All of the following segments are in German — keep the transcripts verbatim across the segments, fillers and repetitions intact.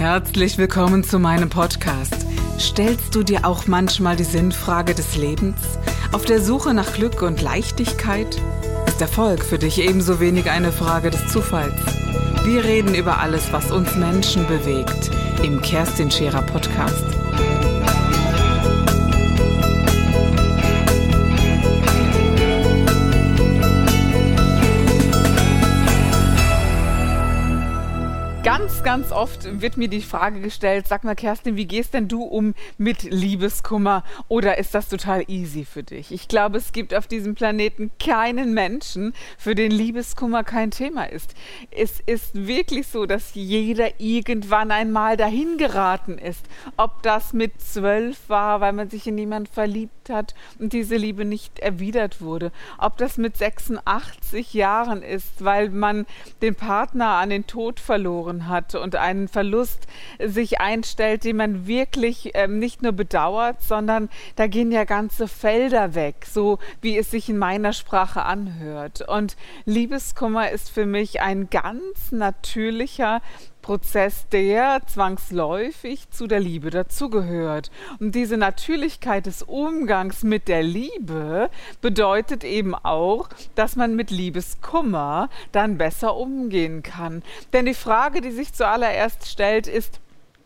Herzlich willkommen zu meinem Podcast. Stellst du dir auch manchmal die Sinnfrage des Lebens? Auf der Suche nach Glück und Leichtigkeit? Ist Erfolg für dich ebenso wenig eine Frage des Zufalls? Wir reden über alles, was uns Menschen bewegt, im Kerstin Scherer Podcast. Ganz, ganz oft wird mir die Frage gestellt, sag mal Kerstin, wie gehst denn du um mit Liebeskummer oder ist das total easy für dich? Ich glaube, es gibt auf diesem Planeten keinen Menschen, für den Liebeskummer kein Thema ist. Es ist wirklich so, dass jeder irgendwann einmal dahin geraten ist. Ob das mit zwölf war, weil man sich in jemanden verliebt hat und diese Liebe nicht erwidert wurde. Ob das mit sechsundachtzig Jahren ist, weil man den Partner an den Tod verloren hat und einen Verlust sich einstellt, den man wirklich ähm, nicht nur bedauert, sondern da gehen ja ganze Felder weg, so wie es sich in meiner Sprache anhört. Und Liebeskummer ist für mich ein ganz natürlicher Prozess, der zwangsläufig zu der Liebe dazugehört. Und diese Natürlichkeit des Umgangs mit der Liebe bedeutet eben auch, dass man mit Liebeskummer dann besser umgehen kann. Denn die Frage, die sich zuallererst stellt, ist: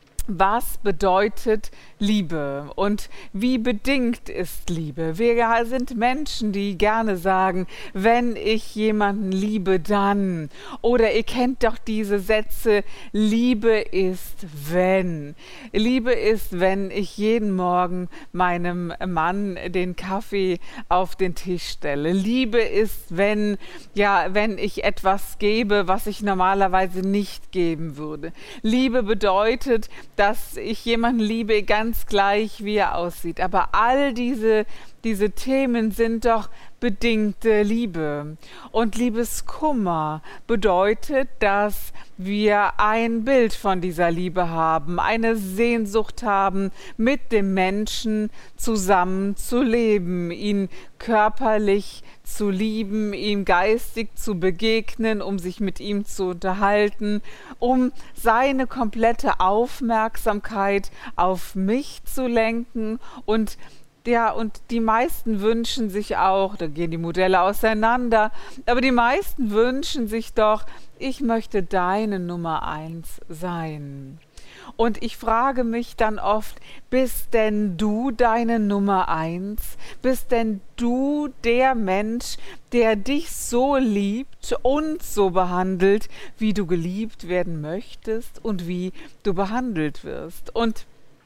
Was bedeutet Liebe und wie bedingt ist Liebe? Wir sind Menschen, die gerne sagen, wenn ich jemanden liebe, dann. Oder ihr kennt doch diese Sätze, Liebe ist wenn. Liebe ist, wenn ich jeden Morgen meinem Mann den Kaffee auf den Tisch stelle. Liebe ist, wenn, ja, wenn ich etwas gebe, was ich normalerweise nicht geben würde. Liebe bedeutet, dass ich jemanden liebe, ganz gleich, wie er aussieht. Aber all diese, diese Themen sind doch bedingte Liebe. Und Liebeskummer bedeutet, dass wir ein Bild von dieser Liebe haben, eine Sehnsucht haben, mit dem Menschen zusammen zu leben, ihn körperlich zu lieben, ihm geistig zu begegnen, um sich mit ihm zu unterhalten, um seine komplette Aufmerksamkeit auf mich zu lenken. Und ja, und die meisten wünschen sich auch, da gehen die Modelle auseinander, aber die meisten wünschen sich doch, ich möchte deine Nummer eins sein. Und ich frage mich dann oft, bist denn du deine Nummer eins? Bist denn du der Mensch, der dich so liebt und so behandelt, wie du geliebt werden möchtest und wie du behandelt wirst? Und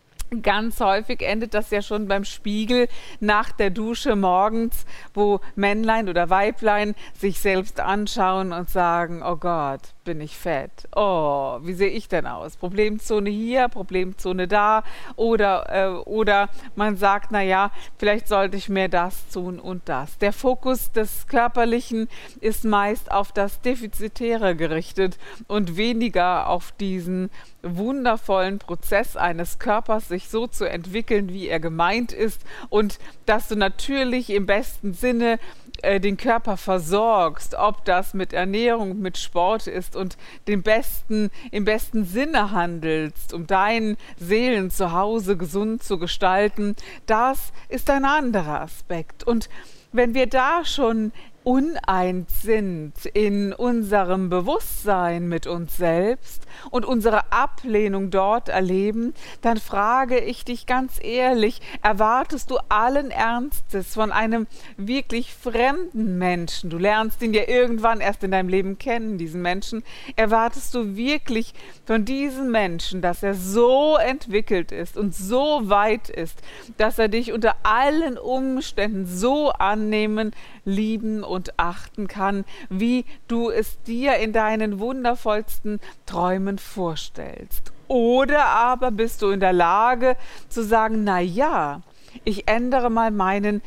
ganz häufig endet das ja schon beim Spiegel nach der Dusche morgens, wo Männlein oder Weiblein sich selbst anschauen und sagen, oh Gott, bin ich fett. Oh, wie sehe ich denn aus? Problemzone hier, Problemzone da. Oder, äh, oder man sagt, naja, vielleicht sollte ich mehr das tun und das. Der Fokus des Körperlichen ist meist auf das Defizitäre gerichtet und weniger auf diesen wundervollen Prozess eines Körpers, sich so zu entwickeln, wie er gemeint ist, und dass du natürlich im besten Sinne äh, den Körper versorgst, ob das mit Ernährung, mit Sport ist, und den besten, im besten Sinne handelst, um dein Seelenzuhause gesund zu gestalten. Das ist ein anderer Aspekt. Und wenn wir da schon uneins sind in unserem Bewusstsein mit uns selbst und unsere Ablehnung dort erleben, dann frage ich dich ganz ehrlich, erwartest du allen Ernstes von einem wirklich fremden Menschen, du lernst ihn ja irgendwann erst in deinem Leben kennen, diesen Menschen, erwartest du wirklich von diesem Menschen, dass er so entwickelt ist und so weit ist, dass er dich unter allen Umständen so annehmen, lieben und achten kann, wie du es dir in deinen wundervollsten Träumen vorstellst? Oder aber bist du in der Lage zu sagen, na ja, ich ändere mal meinen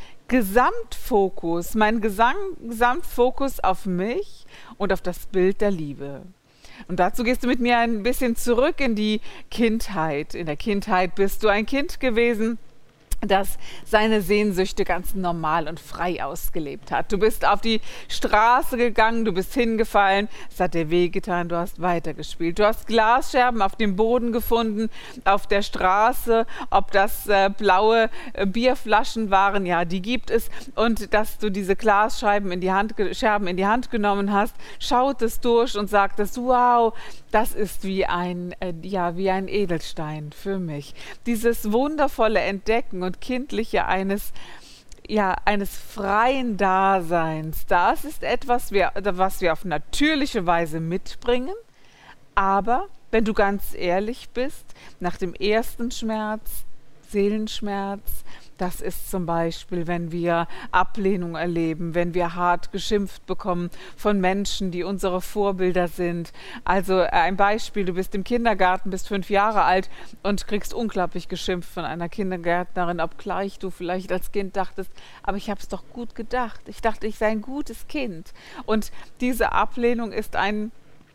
Gesamtfokus, meinen Gesam- Gesamtfokus auf mich und auf das Bild der Liebe. Und dazu gehst du mit mir ein bisschen zurück in die Kindheit. In der Kindheit bist du ein Kind gewesen, das seine Sehnsüchte ganz normal und frei ausgelebt hat. Du bist auf die Straße gegangen, du bist hingefallen, es hat dir wehgetan, du hast weitergespielt. Du hast Glasscherben auf dem Boden gefunden, auf der Straße, ob das äh, blaue äh, Bierflaschen waren, ja, die gibt es. Und dass du diese Glasscheiben in die Hand, Scherben in die Hand genommen hast, schautest durch und sagtest, wow, das ist wie ein, äh, ja, wie ein Edelstein für mich. Dieses wundervolle Entdecken und Kindliche eines, ja, eines freien Daseins, das ist etwas, wir, was wir auf natürliche Weise mitbringen, aber wenn du ganz ehrlich bist, nach dem ersten Schmerz, Seelenschmerz, das ist zum Beispiel, wenn wir Ablehnung erleben, wenn wir hart geschimpft bekommen von Menschen, die unsere Vorbilder sind. Also äh, ein Beispiel, du bist im Kindergarten, bist fünf Jahre alt und kriegst unglaublich geschimpft von einer Kindergärtnerin, obgleich du vielleicht als Kind dachtest, aber ich habe es doch gut gedacht. Ich dachte, ich sei ein gutes Kind. Und diese Ablehnung ist ein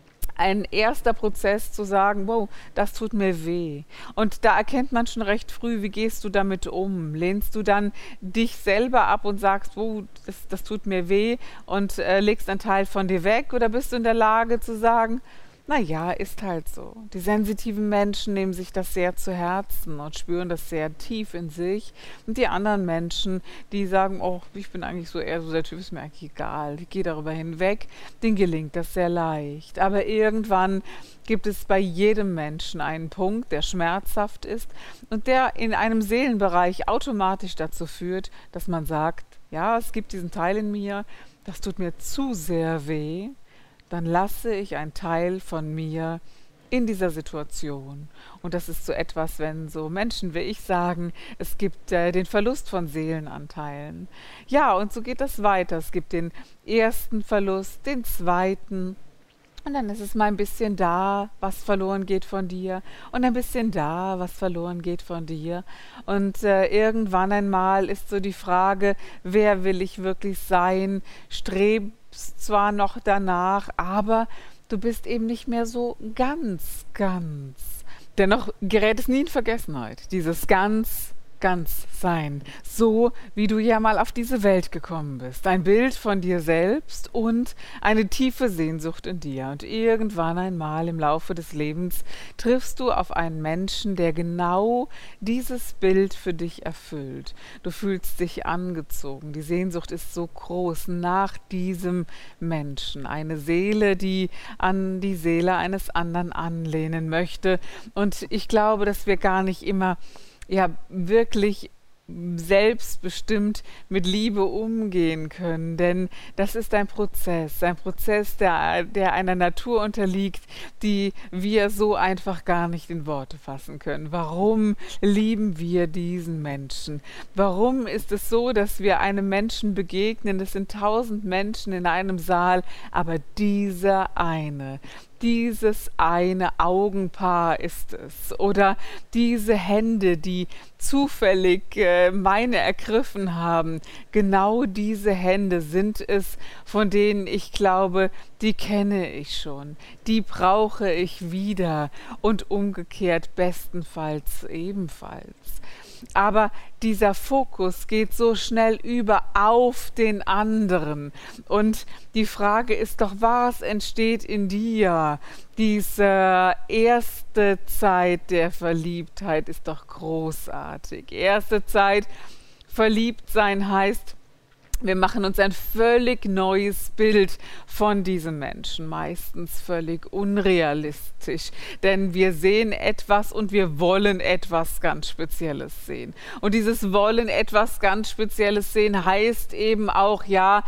ein erster Prozess zu sagen, wow, das tut mir weh. Und da erkennt man schon recht früh, wie gehst du damit um? Lehnst du dann dich selber ab und sagst, wow, das, das tut mir weh und äh, legst einen Teil von dir weg? Oder bist du in der Lage zu sagen, naja, ist halt so. Die sensitiven Menschen nehmen sich das sehr zu Herzen und spüren das sehr tief in sich. Und die anderen Menschen, die sagen, oh, ich bin eigentlich so eher so der Typ, ist mir eigentlich egal, ich gehe darüber hinweg, denen gelingt das sehr leicht. Aber irgendwann gibt es bei jedem Menschen einen Punkt, der schmerzhaft ist und der in einem Seelenbereich automatisch dazu führt, dass man sagt, ja, es gibt diesen Teil in mir, das tut mir zu sehr weh. Dann lasse ich einen Teil von mir in dieser Situation. Und das ist so etwas, wenn so Menschen wie ich sagen, es gibt äh, den Verlust von Seelenanteilen. Ja, und so geht das weiter. Es gibt den ersten Verlust, den zweiten. Und dann ist es mal ein bisschen da, was verloren geht von dir. Und ein bisschen da, was verloren geht von dir. Und äh, irgendwann einmal ist so die Frage, wer will ich wirklich sein? Streben zwar noch danach, aber du bist eben nicht mehr so ganz, ganz. Dennoch gerät es nie in Vergessenheit, dieses ganz, ganz sein, so wie du ja mal auf diese Welt gekommen bist. Ein Bild von dir selbst und eine tiefe Sehnsucht in dir. Und irgendwann einmal im Laufe des Lebens triffst du auf einen Menschen, der genau dieses Bild für dich erfüllt. Du fühlst dich angezogen. Die Sehnsucht ist so groß nach diesem Menschen. Eine Seele, die an die Seele eines anderen anlehnen möchte. Und ich glaube, dass wir gar nicht immer ja wirklich selbstbestimmt mit Liebe umgehen können, denn das ist ein Prozess, ein Prozess, der, der einer Natur unterliegt, die wir so einfach gar nicht in Worte fassen können. Warum lieben wir diesen Menschen? Warum ist es so, dass wir einem Menschen begegnen, es sind tausend Menschen in einem Saal, aber dieser eine, dieses eine Augenpaar ist es oder diese Hände, die zufällig äh, meine ergriffen haben, genau diese Hände sind es, von denen ich glaube, die kenne ich schon, die brauche ich wieder und umgekehrt bestenfalls ebenfalls. Aber dieser Fokus geht so schnell über auf den anderen. Und die Frage ist doch, was entsteht in dir? Diese erste Zeit der Verliebtheit ist doch großartig. Erste Zeit verliebt sein heißt, wir machen uns ein völlig neues Bild von diesem Menschen, meistens völlig unrealistisch, denn wir sehen etwas und wir wollen etwas ganz Spezielles sehen. Und dieses Wollen etwas ganz Spezielles sehen heißt eben auch, ja,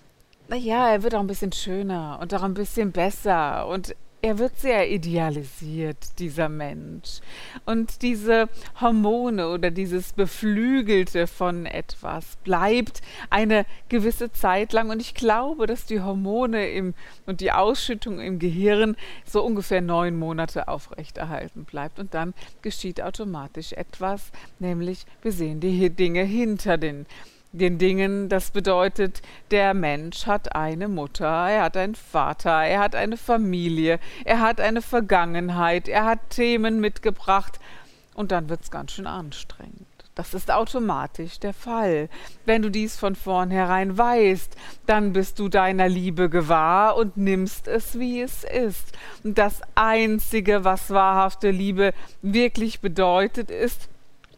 naja, er wird auch ein bisschen schöner und auch ein bisschen besser und er wird sehr idealisiert, dieser Mensch. Und diese Hormone oder dieses Beflügelte von etwas bleibt eine gewisse Zeit lang. Und ich glaube, dass die Hormone im, und die Ausschüttung im Gehirn so ungefähr neun Monate aufrechterhalten bleibt. Und dann geschieht automatisch etwas, nämlich wir sehen die Dinge hinter den den Dingen. Das bedeutet, der Mensch hat eine Mutter, er hat einen Vater, er hat eine Familie, er hat eine Vergangenheit, er hat Themen mitgebracht und dann wird es ganz schön anstrengend. Das ist automatisch der Fall. Wenn du dies von vornherein weißt, dann bist du deiner Liebe gewahr und nimmst es, wie es ist. Und das Einzige, was wahrhafte Liebe wirklich bedeutet, ist,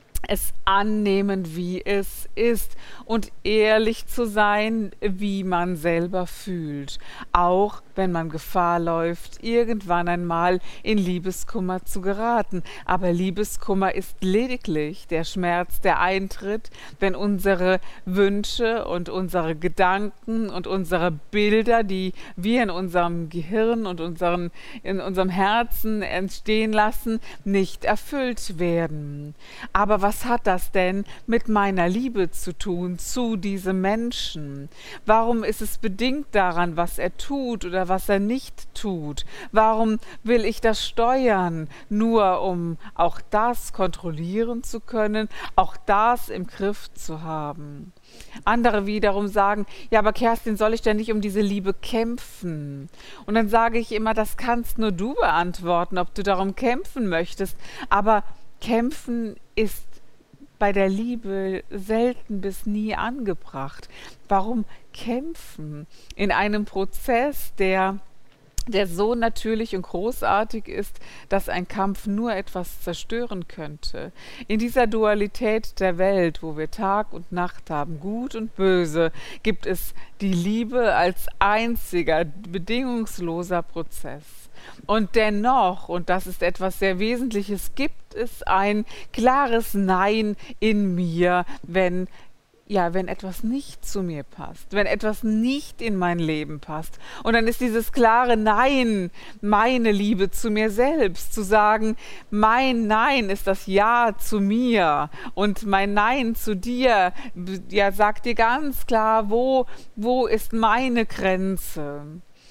es annehmen, wie es ist und ehrlich zu sein, wie man selber fühlt, auch wenn man Gefahr läuft, irgendwann einmal in Liebeskummer zu geraten. Aber Liebeskummer ist lediglich der Schmerz, der eintritt, wenn unsere Wünsche und unsere Gedanken und unsere Bilder, die wir in unserem Gehirn und unseren, in unserem Herzen entstehen lassen, nicht erfüllt werden. Aber was hat das denn mit meiner Liebe zu tun zu diesem Menschen? Warum ist es bedingt daran, was er tut oder was er nicht tut? Warum will ich das steuern? Nur um auch das kontrollieren zu können, auch das im Griff zu haben. Andere wiederum sagen, ja, aber Kerstin, soll ich denn nicht um diese Liebe kämpfen? Und dann sage ich immer, das kannst nur du beantworten, ob du darum kämpfen möchtest. Aber kämpfen ist bei der Liebe selten bis nie angebracht. Warum kämpfen in einem Prozess, der der so natürlich und großartig ist, dass ein Kampf nur etwas zerstören könnte. In dieser Dualität der Welt, wo wir Tag und Nacht haben, Gut und Böse, gibt es die Liebe als einziger, bedingungsloser Prozess. Und dennoch, und das ist etwas sehr Wesentliches, gibt es ein klares Nein in mir, wenn Ja, wenn etwas nicht zu mir passt, wenn etwas nicht in mein Leben passt. Und dann ist dieses klare Nein meine Liebe zu mir selbst, zu sagen, mein Nein ist das Ja zu mir und mein Nein zu dir, ja, sagt dir ganz klar, wo, wo ist meine Grenze.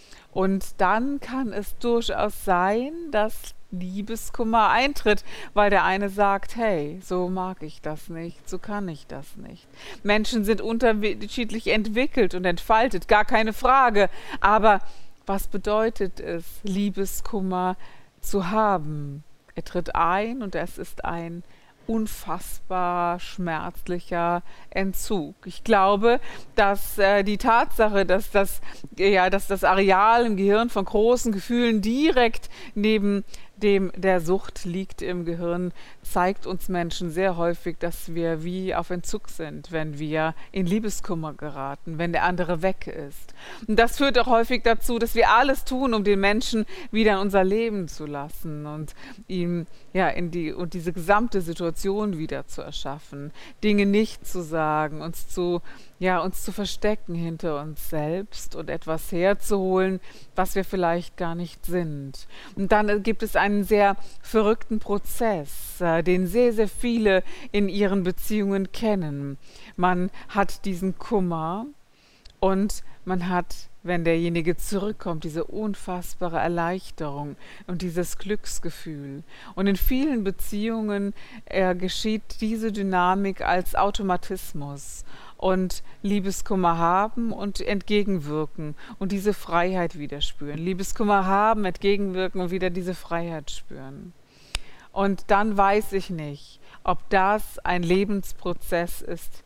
Und dann kann es durchaus sein, dass Liebeskummer eintritt, weil der eine sagt, hey, so mag ich das nicht, so kann ich das nicht. Menschen sind unterschiedlich entwickelt und entfaltet, gar keine Frage. Aber was bedeutet es, Liebeskummer zu haben? Er tritt ein und es ist ein unfassbar schmerzlicher Entzug. Ich glaube, dass äh, die Tatsache, dass das, ja, dass das Areal im Gehirn von großen Gefühlen direkt neben dem der Sucht liegt im Gehirn, zeigt uns Menschen sehr häufig, dass wir wie auf Entzug sind, wenn wir in Liebeskummer geraten, wenn der andere weg ist. Und das führt auch häufig dazu, dass wir alles tun, um den Menschen wieder in unser Leben zu lassen und ihm ja in die und diese gesamte Situation wieder zu erschaffen, Dinge nicht zu sagen, uns zu ja uns zu verstecken hinter uns selbst und etwas herzuholen, was wir vielleicht gar nicht sind. Und dann äh, gibt es einen sehr verrückten Prozess, äh, den sehr, sehr viele in ihren Beziehungen kennen. Man hat diesen Kummer und man hat, wenn derjenige zurückkommt, diese unfassbare Erleichterung und dieses Glücksgefühl. Und in vielen Beziehungen äh, geschieht diese Dynamik als Automatismus. Und Liebeskummer haben und entgegenwirken und diese Freiheit wieder spüren. Liebeskummer haben, entgegenwirken und wieder diese Freiheit spüren. Und dann weiß ich nicht, ob das ein Lebensprozess ist,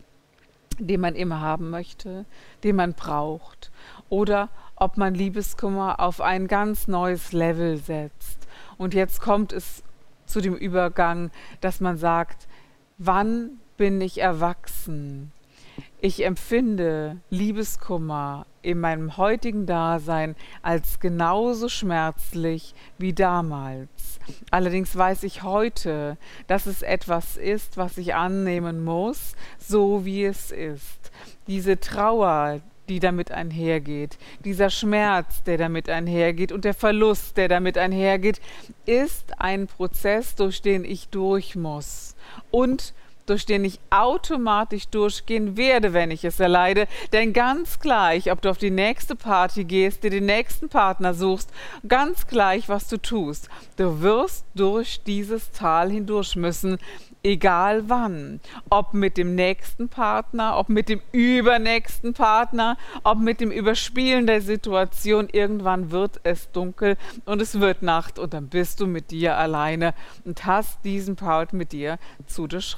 den man immer haben möchte, den man braucht, oder ob man Liebeskummer auf ein ganz neues Level setzt. Und jetzt kommt es zu dem Übergang, dass man sagt, wann bin ich erwachsen? Ich empfinde Liebeskummer in meinem heutigen Dasein als genauso schmerzlich wie damals. Allerdings weiß ich heute, dass es etwas ist, was ich annehmen muss, so wie es ist. Diese Trauer, die damit einhergeht, dieser Schmerz, der damit einhergeht und der Verlust, der damit einhergeht, ist ein Prozess, durch den ich durch muss und durch den ich automatisch durchgehen werde, wenn ich es erleide. Denn ganz gleich, ob du auf die nächste Party gehst, dir den nächsten Partner suchst, ganz gleich, was du tust, du wirst durch dieses Tal hindurch müssen, egal wann. Ob mit dem nächsten Partner, ob mit dem übernächsten Partner, ob mit dem Überspielen der Situation, irgendwann wird es dunkel und es wird Nacht und dann bist du mit dir alleine und hast diesen Part mit dir zu durchschreiten.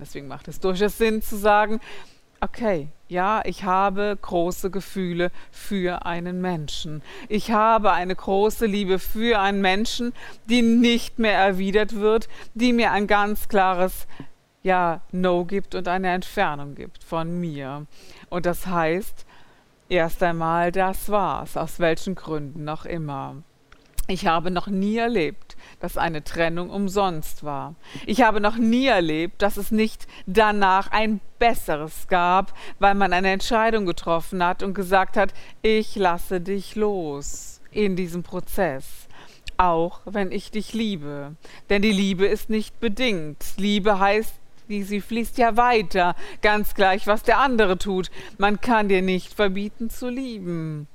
Deswegen macht es durchaus Sinn zu sagen, okay, ja, ich habe große Gefühle für einen Menschen. Ich habe eine große Liebe für einen Menschen, die nicht mehr erwidert wird, die mir ein ganz klares ja, No gibt und eine Entfernung gibt von mir. Und das heißt, erst einmal, das war's, aus welchen Gründen noch immer. Ich habe noch nie erlebt, dass eine Trennung umsonst war. Ich habe noch nie erlebt, dass es nicht danach ein Besseres gab, weil man eine Entscheidung getroffen hat und gesagt hat, ich lasse dich los in diesem Prozess. Auch wenn ich dich liebe. Denn die Liebe ist nicht bedingt. Liebe heißt, die, sie fließt ja weiter, ganz gleich, was der andere tut. Man kann dir nicht verbieten zu lieben.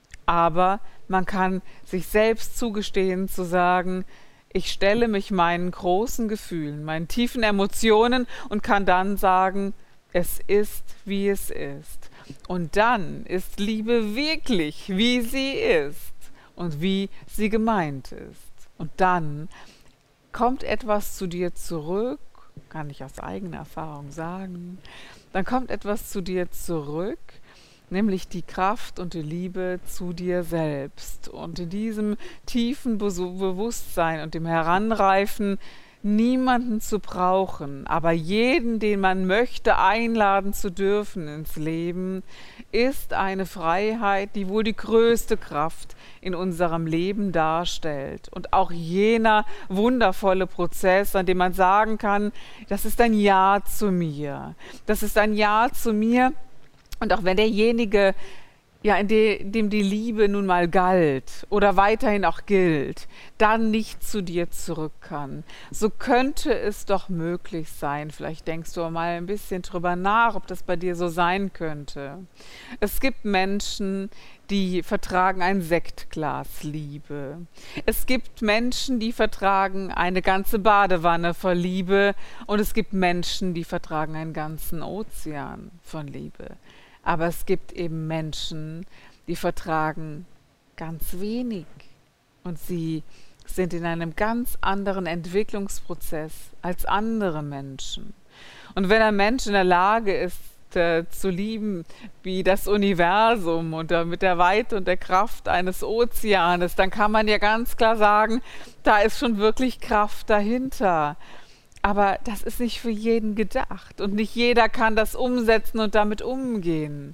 Aber man kann sich selbst zugestehen, zu sagen, ich stelle mich meinen großen Gefühlen, meinen tiefen Emotionen und kann dann sagen, es ist, wie es ist. Und dann ist Liebe wirklich, wie sie ist und wie sie gemeint ist. Und dann kommt etwas zu dir zurück, kann ich aus eigener Erfahrung sagen, dann kommt etwas zu dir zurück, nämlich die Kraft und die Liebe zu dir selbst. Und in diesem tiefen Be- Bewusstsein und dem Heranreifen, niemanden zu brauchen, aber jeden, den man möchte, einladen zu dürfen ins Leben, ist eine Freiheit, die wohl die größte Kraft in unserem Leben darstellt. Und auch jener wundervolle Prozess, an dem man sagen kann, das ist ein Ja zu mir. Das ist ein Ja zu mir. Und auch wenn derjenige, ja, in de, dem die Liebe nun mal galt oder weiterhin auch gilt, dann nicht zu dir zurück kann, so könnte es doch möglich sein, vielleicht denkst du mal ein bisschen drüber nach, ob das bei dir so sein könnte. Es gibt Menschen, die vertragen ein Sektglas Liebe. Es gibt Menschen, die vertragen eine ganze Badewanne voll Liebe und es gibt Menschen, die vertragen einen ganzen Ozean von Liebe. Aber es gibt eben Menschen, die vertragen ganz wenig und sie sind in einem ganz anderen Entwicklungsprozess als andere Menschen. Und wenn ein Mensch in der Lage ist, äh, zu lieben wie das Universum und äh, mit der Weite und der Kraft eines Ozeanes, dann kann man ja ganz klar sagen, da ist schon wirklich Kraft dahinter. Aber das ist nicht für jeden gedacht und nicht jeder kann das umsetzen und damit umgehen.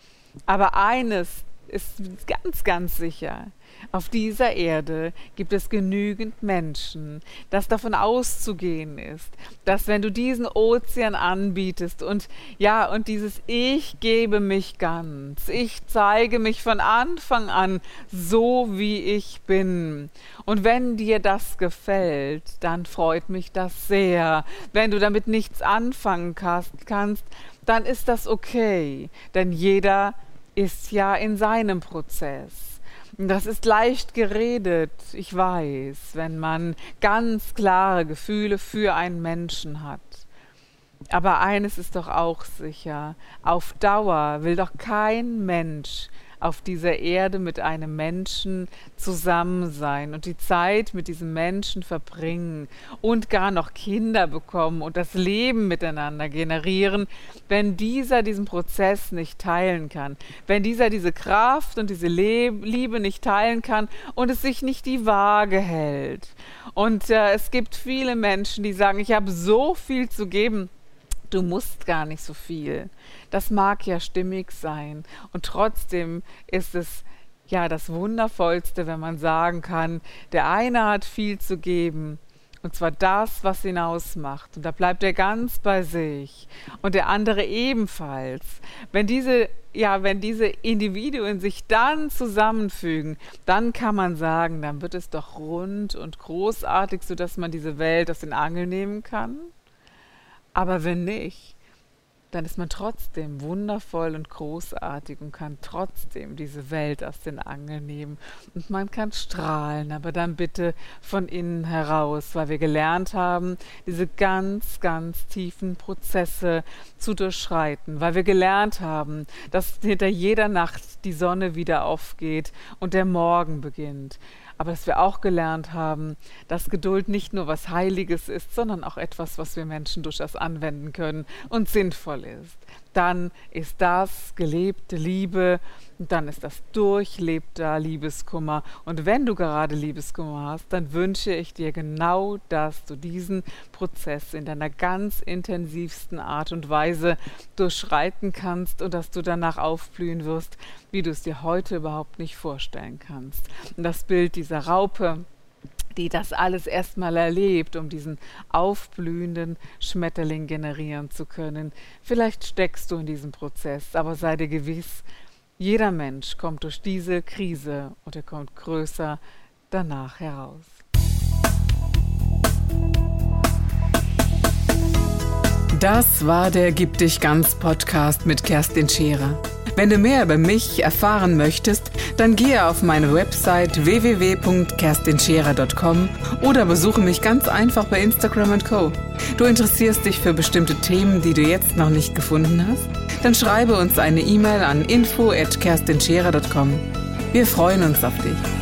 Aber eines ist ganz, ganz sicher. Auf dieser Erde gibt es genügend Menschen, dass davon auszugehen ist, dass wenn du diesen Ozean anbietest und ja, und dieses Ich gebe mich ganz, ich zeige mich von Anfang an so, wie ich bin. Und wenn dir das gefällt, dann freut mich das sehr. Wenn du damit nichts anfangen kannst, dann ist das okay, denn jeder ist ja in seinem Prozess. Das ist leicht geredet, ich weiß, wenn man ganz klare Gefühle für einen Menschen hat. Aber eines ist doch auch sicher, auf Dauer will doch kein Mensch auf dieser Erde mit einem Menschen zusammen sein und die Zeit mit diesem Menschen verbringen und gar noch Kinder bekommen und das Leben miteinander generieren, wenn dieser diesen Prozess nicht teilen kann, wenn dieser diese Kraft und diese Le- Liebe nicht teilen kann und es sich nicht die Waage hält. Und äh, es gibt viele Menschen, die sagen, ich habe so viel zu geben, du musst gar nicht so viel. Das mag ja stimmig sein. Und trotzdem ist es ja das Wundervollste, wenn man sagen kann, der eine hat viel zu geben. Und zwar das, was ihn ausmacht. Und da bleibt er ganz bei sich. Und der andere ebenfalls. Wenn diese, ja, wenn diese Individuen sich dann zusammenfügen, dann kann man sagen, dann wird es doch rund und großartig, sodass man diese Welt aus den Angeln nehmen kann. Aber wenn nicht, dann ist man trotzdem wundervoll und großartig und kann trotzdem diese Welt aus den Angeln nehmen. Und man kann strahlen, aber dann bitte von innen heraus, weil wir gelernt haben, diese ganz, ganz tiefen Prozesse zu durchschreiten, weil wir gelernt haben, dass hinter jeder Nacht die Sonne wieder aufgeht und der Morgen beginnt. aber dass wir auch gelernt haben, dass Geduld nicht nur was Heiliges ist, sondern auch etwas, was wir Menschen durchaus anwenden können und sinnvoll ist. Dann ist das gelebte Liebe, und dann ist das durchlebter Liebeskummer. Und wenn du gerade Liebeskummer hast, dann wünsche ich dir genau, dass du diesen Prozess in deiner ganz intensivsten Art und Weise durchschreiten kannst und dass du danach aufblühen wirst, wie du es dir heute überhaupt nicht vorstellen kannst. Und das Bild dieser Raupe, die das alles erstmal erlebt, um diesen aufblühenden Schmetterling generieren zu können. Vielleicht steckst du in diesem Prozess, aber sei dir gewiss, jeder Mensch kommt durch diese Krise und er kommt größer danach heraus. Das war der Gib dich ganz Podcast mit Kerstin Scherer. Wenn du mehr über mich erfahren möchtest, dann gehe auf meine Website w w w punkt kerstin scherer punkt com oder besuche mich ganz einfach bei Instagram und Co. Du interessierst dich für bestimmte Themen, die du jetzt noch nicht gefunden hast? Dann schreibe uns eine E-Mail an info at kerstin scherer punkt com. Wir freuen uns auf dich.